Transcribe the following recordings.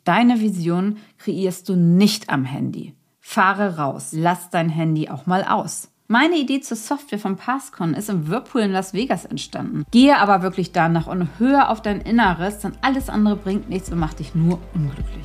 Deine Vision kreierst du nicht am Handy. Fahre raus, lass dein Handy auch mal aus. Meine Idee zur Software von Passcon ist im Whirlpool in Las Vegas entstanden. Gehe aber wirklich danach und höre auf dein Inneres, denn alles andere bringt nichts und macht dich nur unglücklich.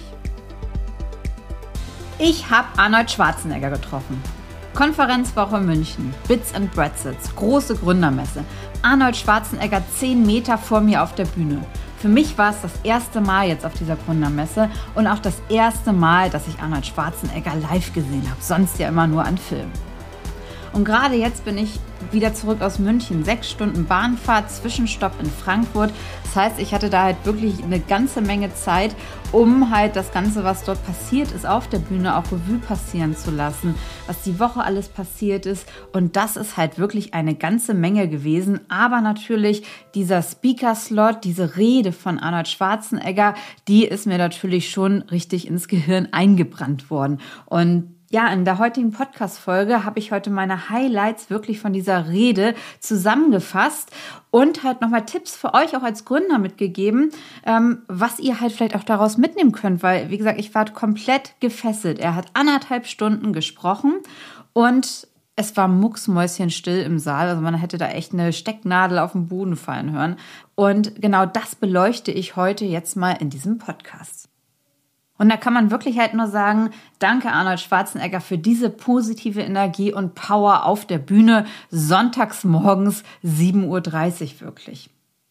Ich habe Arnold Schwarzenegger getroffen. Konferenzwoche München, Bits and Bretzels, große Gründermesse. Arnold Schwarzenegger 10 Meter vor mir auf der Bühne. Für mich war es das erste Mal jetzt auf dieser Gründermesse und auch das erste Mal, dass ich Arnold Schwarzenegger live gesehen habe. Sonst ja immer nur an Film. Und gerade jetzt bin ich wieder zurück aus München. 6 Stunden Bahnfahrt, Zwischenstopp in Frankfurt. Das heißt, ich hatte da halt wirklich eine ganze Menge Zeit, um halt das Ganze, was dort passiert ist, auf der Bühne auch Revue passieren zu lassen, was die Woche alles passiert ist. Und das ist halt wirklich eine ganze Menge gewesen. Aber natürlich dieser Speaker-Slot, diese Rede von Arnold Schwarzenegger, die ist mir natürlich schon richtig ins Gehirn eingebrannt worden. Und ja, in der heutigen Podcast-Folge habe ich heute meine Highlights wirklich von dieser Rede zusammengefasst und halt nochmal Tipps für euch auch als Gründer mitgegeben, was ihr halt vielleicht auch daraus mitnehmen könnt, weil, wie gesagt, ich war komplett gefesselt. Er hat 1,5 Stunden gesprochen und es war mucksmäuschenstill im Saal, also man hätte da echt eine Stecknadel auf den Boden fallen hören. Und genau das beleuchte ich heute jetzt mal in diesem Podcast. Und da kann man wirklich halt nur sagen, danke Arnold Schwarzenegger für diese positive Energie und Power auf der Bühne, sonntags morgens 7:30 Uhr wirklich.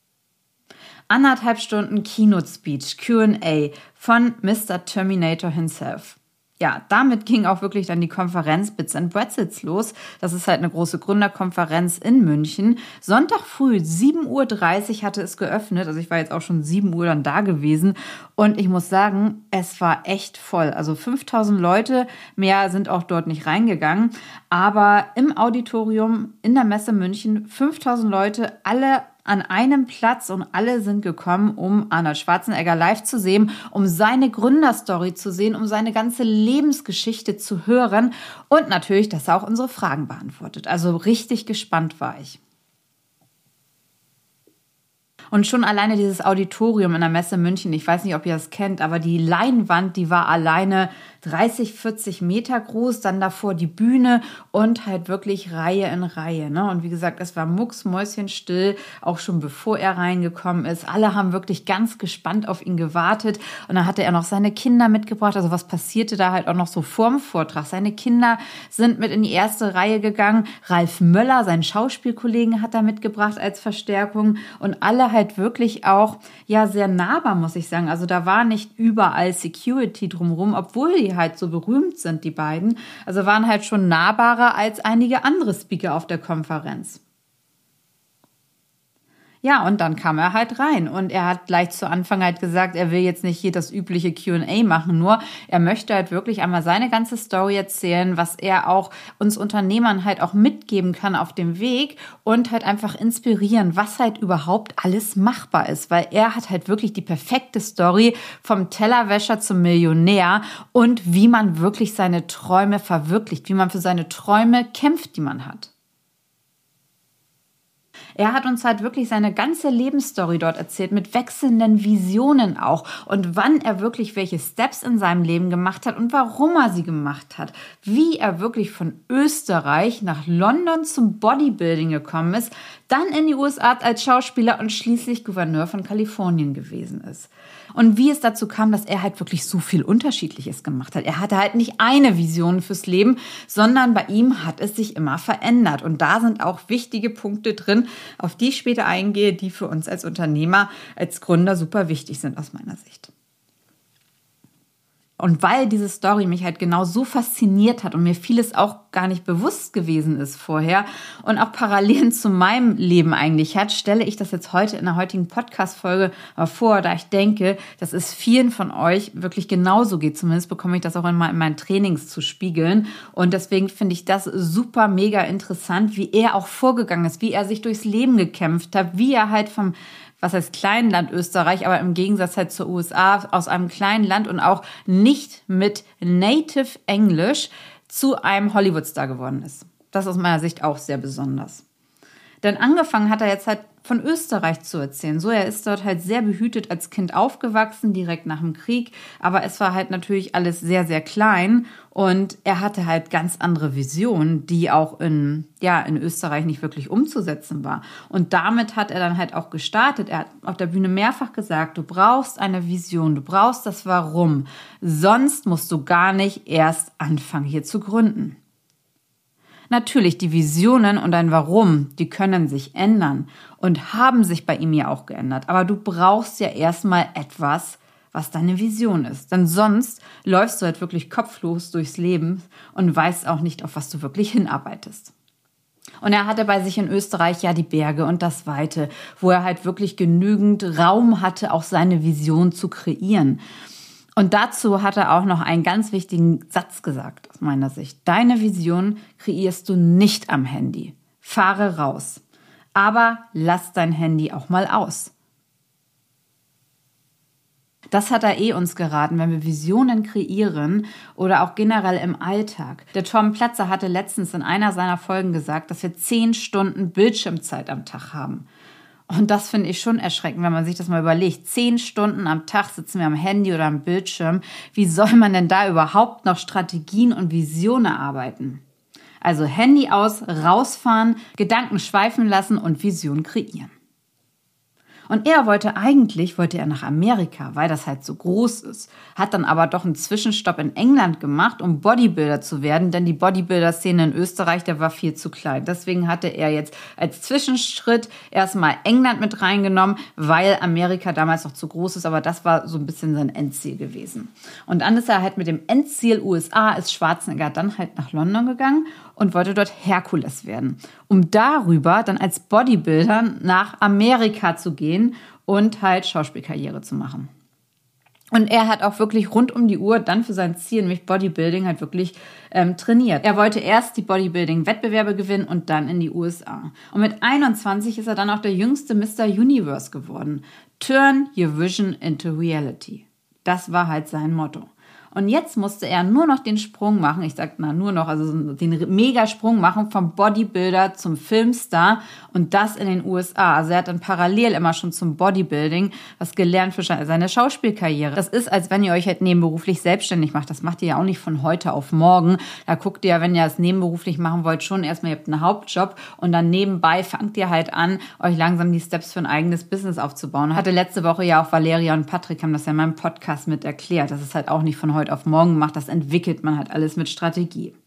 1,5 Stunden Keynote-Speech, Q&A von Mr. Terminator himself. Ja, damit ging auch wirklich dann die Konferenz Bits and Bretzels los. Das ist halt eine große Gründerkonferenz in München. Sonntag früh, 7:30 Uhr hatte es geöffnet. Also ich war jetzt auch schon 7 Uhr dann da gewesen. Und ich muss sagen, es war echt voll. Also 5.000 Leute, mehr sind auch dort nicht reingegangen. Aber im Auditorium in der Messe München, 5.000 Leute, alle an einem Platz und alle sind gekommen, um Arnold Schwarzenegger live zu sehen, um seine Gründerstory zu sehen, um seine ganze Lebensgeschichte zu hören und natürlich, dass er auch unsere Fragen beantwortet. Also richtig gespannt war ich. Und schon alleine dieses Auditorium in der Messe München, ich weiß nicht, ob ihr das kennt, aber die Leinwand, die war alleine 30, 40 Meter groß, dann davor die Bühne und halt wirklich Reihe in Reihe. Ne? Und wie gesagt, es war mucksmäuschenstill, auch schon bevor er reingekommen ist. Alle haben wirklich ganz gespannt auf ihn gewartet. Und dann hatte er noch seine Kinder mitgebracht. Also was passierte da halt auch noch so vorm Vortrag? Seine Kinder sind mit in die erste Reihe gegangen. Ralf Möller, seinen Schauspielkollegen, hat er mitgebracht als Verstärkung. Und alle halt wirklich auch ja sehr nahbar, muss ich sagen. Also da war nicht überall Security drumherum, obwohl die halt so berühmt sind, die beiden. Also waren halt schon nahbarer als einige andere Speaker auf der Konferenz. Ja, und dann kam er halt rein und er hat gleich zu Anfang halt gesagt, er will jetzt nicht hier das übliche Q&A machen, nur er möchte halt wirklich einmal seine ganze Story erzählen, was er auch uns Unternehmern halt auch mitgeben kann auf dem Weg und halt einfach inspirieren, was halt überhaupt alles machbar ist, weil er hat halt wirklich die perfekte Story vom Tellerwäscher zum Millionär und wie man wirklich seine Träume verwirklicht, wie man für seine Träume kämpft, die man hat. Er hat uns halt wirklich seine ganze Lebensstory dort erzählt, mit wechselnden Visionen auch und wann er wirklich welche Steps in seinem Leben gemacht hat und warum er sie gemacht hat. Wie er wirklich von Österreich nach London zum Bodybuilding gekommen ist, dann in die USA als Schauspieler und schließlich Gouverneur von Kalifornien gewesen ist. Und wie es dazu kam, dass er halt wirklich so viel Unterschiedliches gemacht hat. Er hatte halt nicht eine Vision fürs Leben, sondern bei ihm hat es sich immer verändert. Und da sind auch wichtige Punkte drin, auf die ich später eingehe, die für uns als Unternehmer, als Gründer super wichtig sind aus meiner Sicht. Und weil diese Story mich halt genau so fasziniert hat und mir vieles auch gar nicht bewusst gewesen ist vorher und auch Parallelen zu meinem Leben eigentlich hat, stelle ich das jetzt heute in der heutigen Podcast-Folge vor, da ich denke, dass es vielen von euch wirklich genauso geht. Zumindest bekomme ich das auch in meinen Trainings zu spiegeln. Und deswegen finde ich das super mega interessant, wie er auch vorgegangen ist, wie er sich durchs Leben gekämpft hat, wie er halt vom was heißt Kleinland Österreich, aber im Gegensatz halt zur USA aus einem kleinen Land und auch nicht mit Native English zu einem Hollywood-Star geworden ist. Das ist aus meiner Sicht auch sehr besonders. Denn angefangen hat er jetzt halt von Österreich zu erzählen. So, er ist dort halt sehr behütet als Kind aufgewachsen, direkt nach dem Krieg. Aber es war halt natürlich alles sehr, sehr klein. Und er hatte halt ganz andere Visionen, die auch in Österreich nicht wirklich umzusetzen war. Und damit hat er dann halt auch gestartet. Er hat auf der Bühne mehrfach gesagt, du brauchst eine Vision, du brauchst das Warum. Sonst musst du gar nicht erst anfangen, hier zu gründen. Natürlich, die Visionen und ein Warum, die können sich ändern und haben sich bei ihm ja auch geändert. Aber du brauchst ja erstmal etwas, was deine Vision ist. Denn sonst läufst du halt wirklich kopflos durchs Leben und weißt auch nicht, auf was du wirklich hinarbeitest. Und er hatte bei sich in Österreich ja die Berge und das Weite, wo er halt wirklich genügend Raum hatte, auch seine Vision zu kreieren. Und dazu hat er auch noch einen ganz wichtigen Satz gesagt, aus meiner Sicht. Deine Vision kreierst du nicht am Handy. Fahre raus. Aber lass dein Handy auch mal aus. Das hat er uns geraten, wenn wir Visionen kreieren oder auch generell im Alltag. Der Tom Platzer hatte letztens in einer seiner Folgen gesagt, dass wir 10 Stunden Bildschirmzeit am Tag haben. Und das finde ich schon erschreckend, wenn man sich das mal überlegt. 10 Stunden am Tag sitzen wir am Handy oder am Bildschirm. Wie soll man denn da überhaupt noch Strategien und Visionen erarbeiten? Also Handy aus, rausfahren, Gedanken schweifen lassen und Vision kreieren. Und er wollte nach Amerika, weil das halt so groß ist. Hat dann aber doch einen Zwischenstopp in England gemacht, um Bodybuilder zu werden, denn die Bodybuilder-Szene in Österreich, der war viel zu klein. Deswegen hatte er jetzt als Zwischenschritt erstmal England mit reingenommen, weil Amerika damals noch zu groß ist, aber das war so ein bisschen sein Endziel gewesen. Und dann ist er halt mit dem Endziel USA, ist Schwarzenegger dann halt nach London gegangen und wollte dort Herkules werden, um darüber dann als Bodybuilder nach Amerika zu gehen und halt Schauspielkarriere zu machen. Und er hat auch wirklich rund um die Uhr dann für sein Ziel, nämlich Bodybuilding, halt wirklich trainiert. Er wollte erst die Bodybuilding-Wettbewerbe gewinnen und dann in die USA. Und mit 21 ist er dann auch der jüngste Mr. Universe geworden. Turn your vision into reality. Das war halt sein Motto. Und jetzt musste er nur noch den Sprung machen, also den Megasprung machen vom Bodybuilder zum Filmstar und das in den USA. Also er hat dann parallel immer schon zum Bodybuilding was gelernt für seine Schauspielkarriere. Das ist, als wenn ihr euch halt nebenberuflich selbstständig macht. Das macht ihr ja auch nicht von heute auf morgen. Da guckt ihr ja, wenn ihr es nebenberuflich machen wollt, schon erstmal, ihr habt einen Hauptjob und dann nebenbei fangt ihr halt an, euch langsam die Steps für ein eigenes Business aufzubauen. Hatte letzte Woche ja auch Valeria und Patrick haben das ja in meinem Podcast mit erklärt. Das ist halt auch nicht von heute auf morgen gemacht, das entwickelt man halt alles mit Strategie.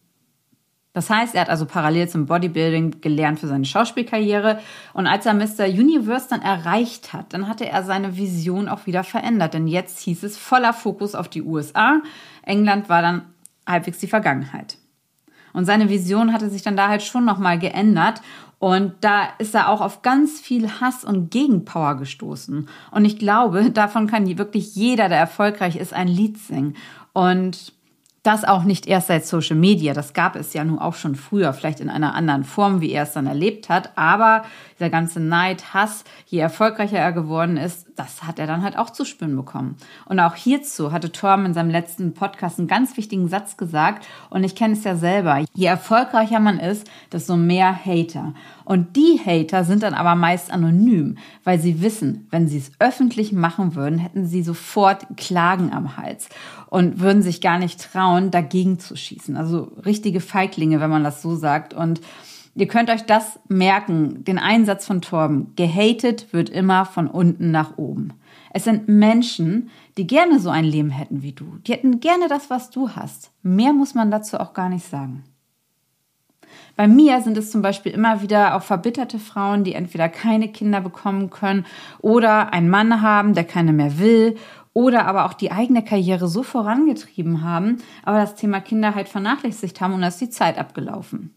Das heißt, er hat also parallel zum Bodybuilding gelernt für seine Schauspielkarriere und als er Mr. Universe dann erreicht hat, dann hatte er seine Vision auch wieder verändert, denn jetzt hieß es voller Fokus auf die USA. England war dann halbwegs die Vergangenheit. Und seine Vision hatte sich dann da halt schon nochmal geändert. Und da ist er auch auf ganz viel Hass und Gegenpower gestoßen. Und ich glaube, davon kann wirklich jeder, der erfolgreich ist, ein Lied singen. Und das auch nicht erst seit Social Media. Das gab es ja nun auch schon früher, vielleicht in einer anderen Form, wie er es dann erlebt hat. Aber dieser ganze Neid, Hass, je erfolgreicher er geworden ist, das hat er dann halt auch zu spüren bekommen. Und auch hierzu hatte Torben in seinem letzten Podcast einen ganz wichtigen Satz gesagt. Und ich kenne es ja selber. Je erfolgreicher man ist, desto mehr Hater. Und die Hater sind dann aber meist anonym, weil sie wissen, wenn sie es öffentlich machen würden, hätten sie sofort Klagen am Hals und würden sich gar nicht trauen, dagegen zu schießen. Also richtige Feiglinge, wenn man das so sagt. Und ihr könnt euch das merken, den Einsatz von Torben. Gehatet wird immer von unten nach oben. Es sind Menschen, die gerne so ein Leben hätten wie du. Die hätten gerne das, was du hast. Mehr muss man dazu auch gar nicht sagen. Bei mir sind es zum Beispiel immer wieder auch verbitterte Frauen, die entweder keine Kinder bekommen können oder einen Mann haben, der keine mehr will oder aber auch die eigene Karriere so vorangetrieben haben, aber das Thema Kinder halt vernachlässigt haben und da ist die Zeit abgelaufen.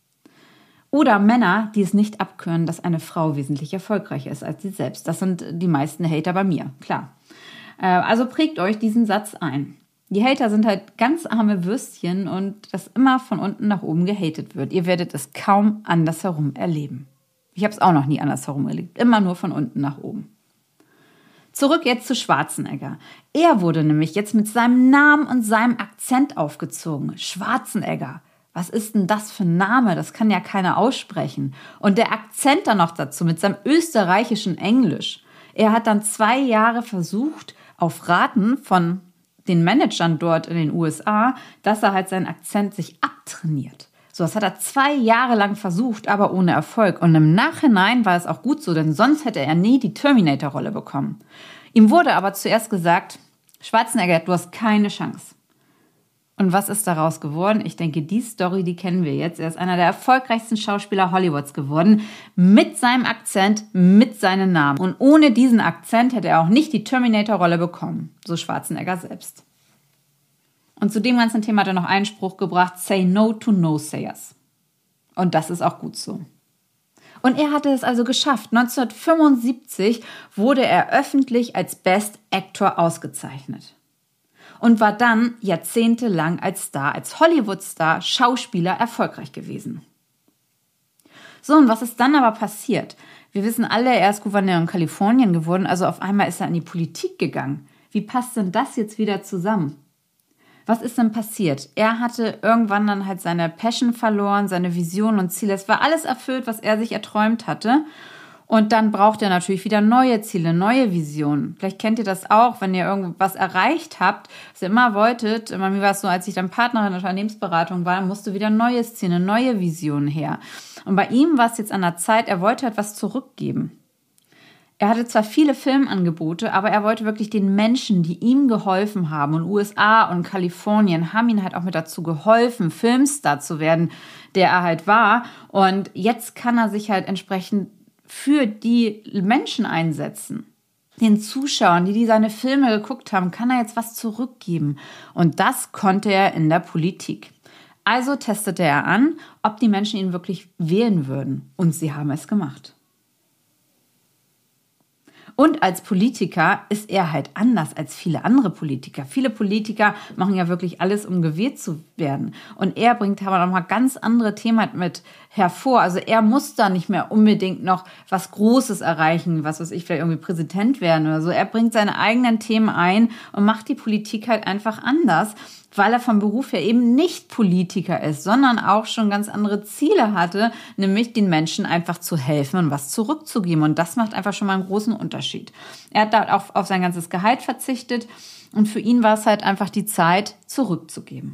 Oder Männer, die es nicht abkönnen, dass eine Frau wesentlich erfolgreicher ist als sie selbst. Das sind die meisten Hater bei mir, klar. Also prägt euch diesen Satz ein. Die Hater sind halt ganz arme Würstchen und das immer von unten nach oben gehatet wird. Ihr werdet es kaum andersherum erleben. Ich habe es auch noch nie andersherum erlebt. Immer nur von unten nach oben. Zurück jetzt zu Schwarzenegger. Er wurde nämlich jetzt mit seinem Namen und seinem Akzent aufgezogen. Schwarzenegger. Was ist denn das für ein Name? Das kann ja keiner aussprechen. Und der Akzent dann noch dazu mit seinem österreichischen Englisch. Er hat dann 2 Jahre versucht, auf Raten von den Managern dort in den USA, dass er halt seinen Akzent sich abtrainiert. So, das hat er 2 Jahre lang versucht, aber ohne Erfolg. Und im Nachhinein war es auch gut so, denn sonst hätte er nie die Terminator-Rolle bekommen. Ihm wurde aber zuerst gesagt, Schwarzenegger, du hast keine Chance. Und was ist daraus geworden? Ich denke, die Story, die kennen wir jetzt. Er ist einer der erfolgreichsten Schauspieler Hollywoods geworden. Mit seinem Akzent, mit seinem Namen. Und ohne diesen Akzent hätte er auch nicht die Terminator-Rolle bekommen. So Schwarzenegger selbst. Und zu dem ganzen Thema hat er noch einen Spruch gebracht. Say no to no-sayers. Und das ist auch gut so. Und er hatte es also geschafft. 1975 wurde er öffentlich als Best Actor ausgezeichnet. Und war dann jahrzehntelang als Star, als Hollywood-Star, Schauspieler erfolgreich gewesen. So, und was ist dann aber passiert? Wir wissen alle, er ist Gouverneur in Kalifornien geworden, also auf einmal ist er in die Politik gegangen. Wie passt denn das jetzt wieder zusammen? Was ist denn passiert? Er hatte irgendwann dann halt seine Passion verloren, seine Vision und Ziele. Es war alles erfüllt, was er sich erträumt hatte. Und dann braucht er natürlich wieder neue Ziele, neue Visionen. Vielleicht kennt ihr das auch, wenn ihr irgendwas erreicht habt, was ihr immer wolltet. Bei mir war es so, als ich dann Partnerin in der Unternehmensberatung war, musste wieder ein neues Ziel, eine neue Vision her. Und bei ihm war es jetzt an der Zeit, er wollte etwas zurückgeben. Er hatte zwar viele Filmangebote, aber er wollte wirklich den Menschen, die ihm geholfen haben, und USA und Kalifornien haben ihn halt auch mit dazu geholfen, Filmstar zu werden, der er halt war. Und jetzt kann er sich halt entsprechend für die Menschen einsetzen. Den Zuschauern, die seine Filme geguckt haben, kann er jetzt was zurückgeben. Und das konnte er in der Politik. Also testete er an, ob die Menschen ihn wirklich wählen würden. Und sie haben es gemacht. Und als Politiker ist er halt anders als viele andere Politiker. Viele Politiker machen ja wirklich alles, um gewählt zu werden. Und er bringt aber nochmal ganz andere Themen mit hervor. Also er muss da nicht mehr unbedingt noch was Großes erreichen, was weiß ich, vielleicht irgendwie Präsident werden oder so. Er bringt seine eigenen Themen ein und macht die Politik halt einfach anders, weil er vom Beruf her eben nicht Politiker ist, sondern auch schon ganz andere Ziele hatte, nämlich den Menschen einfach zu helfen und was zurückzugeben. Und das macht einfach schon mal einen großen Unterschied. Er hat da auch auf sein ganzes Gehalt verzichtet und für ihn war es halt einfach die Zeit, zurückzugeben.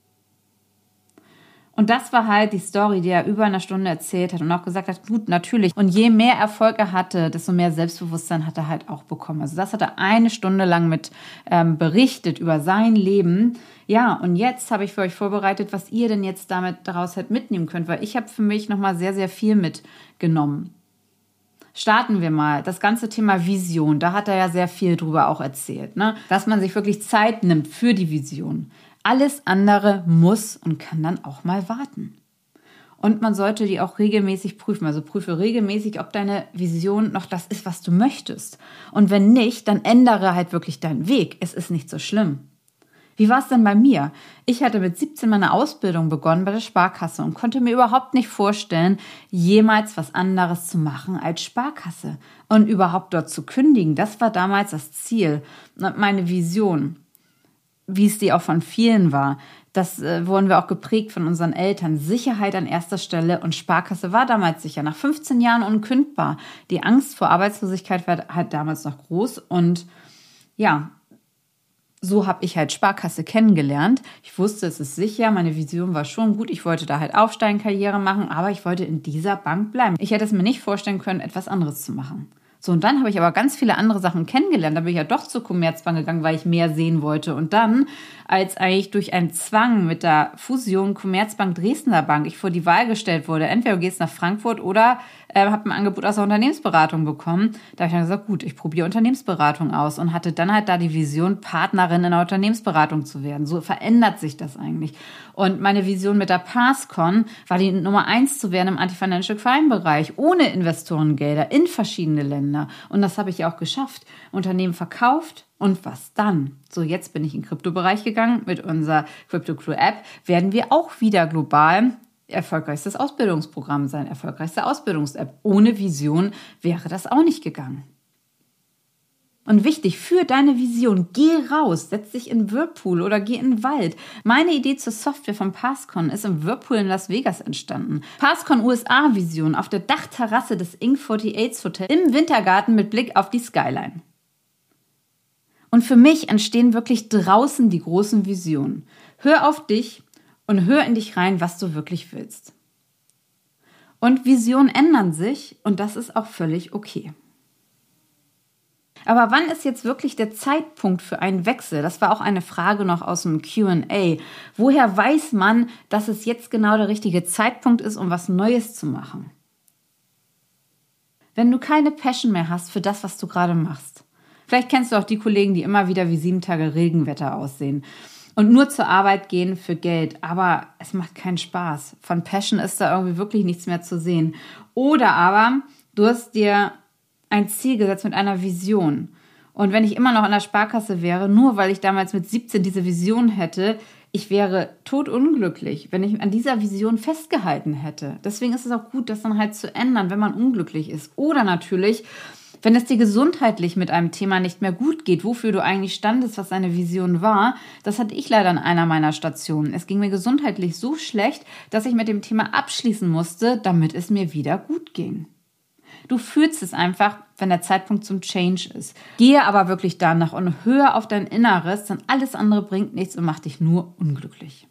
Und das war halt die Story, die er über eine Stunde erzählt hat und auch gesagt hat, gut, natürlich. Und je mehr Erfolg er hatte, desto mehr Selbstbewusstsein hat er halt auch bekommen. Also das hat er 1 Stunde lang mit berichtet über sein Leben. Ja, und jetzt habe ich für euch vorbereitet, was ihr denn jetzt daraus halt mitnehmen könnt, weil ich habe für mich nochmal sehr, sehr viel mitgenommen. Starten wir mal. Das ganze Thema Vision, da hat er ja sehr viel drüber auch erzählt, ne? Dass man sich wirklich Zeit nimmt für die Vision. Alles andere muss und kann dann auch mal warten. Und man sollte die auch regelmäßig prüfen. Also prüfe regelmäßig, ob deine Vision noch das ist, was du möchtest. Und wenn nicht, dann ändere halt wirklich deinen Weg. Es ist nicht so schlimm. Wie war es denn bei mir? Ich hatte mit 17 meine Ausbildung begonnen bei der Sparkasse und konnte mir überhaupt nicht vorstellen, jemals was anderes zu machen als Sparkasse und überhaupt dort zu kündigen. Das war damals das Ziel und meine Vision, wie es die auch von vielen war. Das wurden wir auch geprägt von unseren Eltern. Sicherheit an erster Stelle und Sparkasse war damals sicher. Nach 15 Jahren unkündbar. Die Angst vor Arbeitslosigkeit war halt damals noch groß und ja, so habe ich halt Sparkasse kennengelernt. Ich wusste, es ist sicher, meine Vision war schon gut. Ich wollte da halt aufsteigen, Karriere machen, aber ich wollte in dieser Bank bleiben. Ich hätte es mir nicht vorstellen können, etwas anderes zu machen. So, und dann habe ich aber ganz viele andere Sachen kennengelernt. Da bin ich ja doch zur Commerzbank gegangen, weil ich mehr sehen wollte. Und dann, als eigentlich durch einen Zwang mit der Fusion Commerzbank-Dresdner Bank ich vor die Wahl gestellt wurde, entweder du gehst nach Frankfurt oder habe ein Angebot aus der Unternehmensberatung bekommen, da habe ich dann gesagt, gut, ich probiere Unternehmensberatung aus und hatte dann halt da die Vision, Partnerin in der Unternehmensberatung zu werden. So verändert sich das eigentlich. Und meine Vision mit der PassCon war die Nummer 1 zu werden im Anti-Financial Crime-Bereich, ohne Investorengelder in verschiedene Länder. Und das habe ich auch geschafft. Unternehmen verkauft. Und was dann? So, jetzt bin ich in den Kryptobereich gegangen. Mit unserer CryptoCrew-App werden wir auch wieder global erfolgreichstes Ausbildungsprogramm sein, erfolgreichste Ausbildungs-App. Ohne Vision wäre das auch nicht gegangen. Und wichtig, für deine Vision, geh raus, setz dich in Whirlpool oder geh in den Wald. Meine Idee zur Software von PassCon ist im Whirlpool in Las Vegas entstanden. PassCon USA-Vision auf der Dachterrasse des Ink 48 Hotel im Wintergarten mit Blick auf die Skyline. Und für mich entstehen wirklich draußen die großen Visionen. Hör auf dich und hör in dich rein, was du wirklich willst. Und Visionen ändern sich und das ist auch völlig okay. Aber wann ist jetzt wirklich der Zeitpunkt für einen Wechsel? Das war auch eine Frage noch aus dem Q&A. Woher weiß man, dass es jetzt genau der richtige Zeitpunkt ist, um was Neues zu machen? Wenn du keine Passion mehr hast für das, was du gerade machst. Vielleicht kennst du auch die Kollegen, die immer wieder wie 7 Tage Regenwetter aussehen und nur zur Arbeit gehen für Geld. Aber es macht keinen Spaß. Von Passion ist da irgendwie wirklich nichts mehr zu sehen. Oder aber du hast dir ein Ziel gesetzt mit einer Vision. Und wenn ich immer noch in der Sparkasse wäre, nur weil ich damals mit 17 diese Vision hätte, ich wäre totunglücklich, wenn ich an dieser Vision festgehalten hätte. Deswegen ist es auch gut, das dann halt zu ändern, wenn man unglücklich ist. Oder natürlich, wenn es dir gesundheitlich mit einem Thema nicht mehr gut geht, wofür du eigentlich standest, was deine Vision war. Das hatte ich leider an einer meiner Stationen. Es ging mir gesundheitlich so schlecht, dass ich mit dem Thema abschließen musste, damit es mir wieder gut ging. Du fühlst es einfach, wenn der Zeitpunkt zum Change ist. Gehe aber wirklich danach und hör auf dein Inneres, denn alles andere bringt nichts und macht dich nur unglücklich.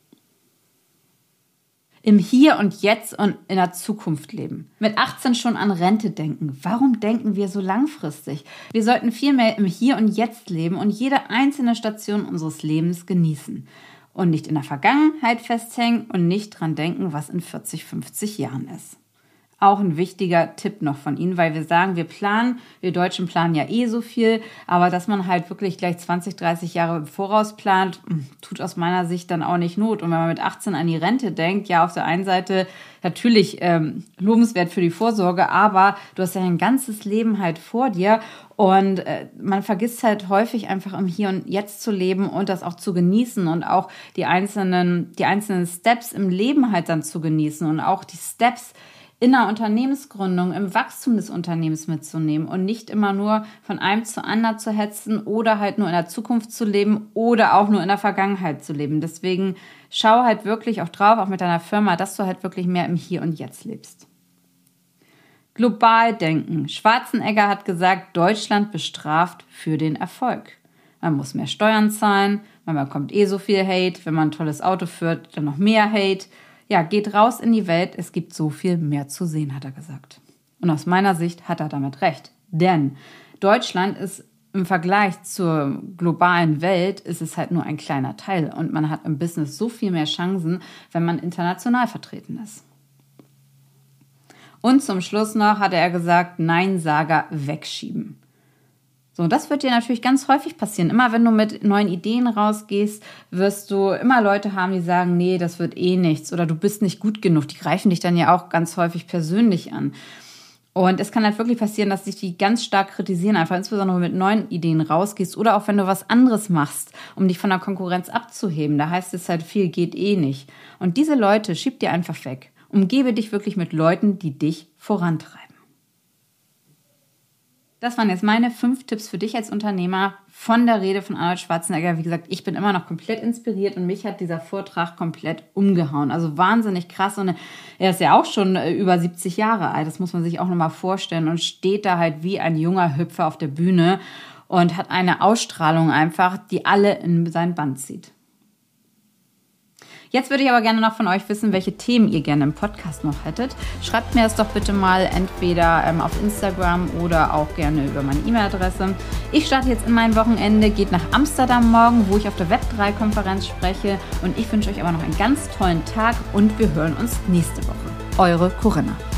Im Hier und Jetzt und in der Zukunft leben. Mit 18 schon an Rente denken. Warum denken wir so langfristig? Wir sollten viel mehr im Hier und Jetzt leben und jede einzelne Station unseres Lebens genießen. Und nicht in der Vergangenheit festhängen und nicht dran denken, was in 40, 50 Jahren ist. Auch ein wichtiger Tipp noch von Ihnen, weil wir sagen, wir Deutschen planen ja eh so viel, aber dass man halt wirklich gleich 20, 30 Jahre im Voraus plant, tut aus meiner Sicht dann auch nicht Not. Und wenn man mit 18 an die Rente denkt, ja, auf der einen Seite natürlich lobenswert für die Vorsorge, aber du hast ja ein ganzes Leben halt vor dir und man vergisst halt häufig einfach im Hier und Jetzt zu leben und das auch zu genießen und auch die einzelnen Steps im Leben halt dann zu genießen und auch die Steps in der Unternehmensgründung, im Wachstum des Unternehmens mitzunehmen und nicht immer nur von einem zu anderen zu hetzen oder halt nur in der Zukunft zu leben oder auch nur in der Vergangenheit zu leben. Deswegen schau halt wirklich auch drauf, auch mit deiner Firma, dass du halt wirklich mehr im Hier und Jetzt lebst. Global denken. Schwarzenegger hat gesagt, Deutschland bestraft für den Erfolg. Man muss mehr Steuern zahlen, man bekommt so viel Hate, wenn man ein tolles Auto führt, dann noch mehr Hate. Ja, geht raus in die Welt, es gibt so viel mehr zu sehen, hat er gesagt. Und aus meiner Sicht hat er damit recht. Denn Deutschland ist im Vergleich zur globalen Welt, ist es halt nur ein kleiner Teil. Und man hat im Business so viel mehr Chancen, wenn man international vertreten ist. Und zum Schluss noch hat er gesagt, Neinsager wegschieben. So, das wird dir natürlich ganz häufig passieren. Immer wenn du mit neuen Ideen rausgehst, wirst du immer Leute haben, die sagen, nee, das wird eh nichts oder du bist nicht gut genug. Die greifen dich dann ja auch ganz häufig persönlich an. Und es kann halt wirklich passieren, dass dich die ganz stark kritisieren, einfach insbesondere mit neuen Ideen rausgehst oder auch wenn du was anderes machst, um dich von der Konkurrenz abzuheben. Da heißt es halt, viel geht eh nicht. Und diese Leute schieb dir einfach weg. Umgebe dich wirklich mit Leuten, die dich vorantreiben. Das waren jetzt meine 5 Tipps für dich als Unternehmer von der Rede von Arnold Schwarzenegger. Wie gesagt, ich bin immer noch komplett inspiriert und mich hat dieser Vortrag komplett umgehauen. Also wahnsinnig krass. Und er ist ja auch schon über 70 Jahre alt. Das muss man sich auch nochmal vorstellen. Und steht da halt wie ein junger Hüpfer auf der Bühne und hat eine Ausstrahlung einfach, die alle in sein Band zieht. Jetzt würde ich aber gerne noch von euch wissen, welche Themen ihr gerne im Podcast noch hättet. Schreibt mir das doch bitte mal entweder auf Instagram oder auch gerne über meine E-Mail-Adresse. Ich starte jetzt in mein Wochenende, geht nach Amsterdam morgen, wo ich auf der Web3-Konferenz spreche. Und ich wünsche euch aber noch einen ganz tollen Tag und wir hören uns nächste Woche. Eure Corinna.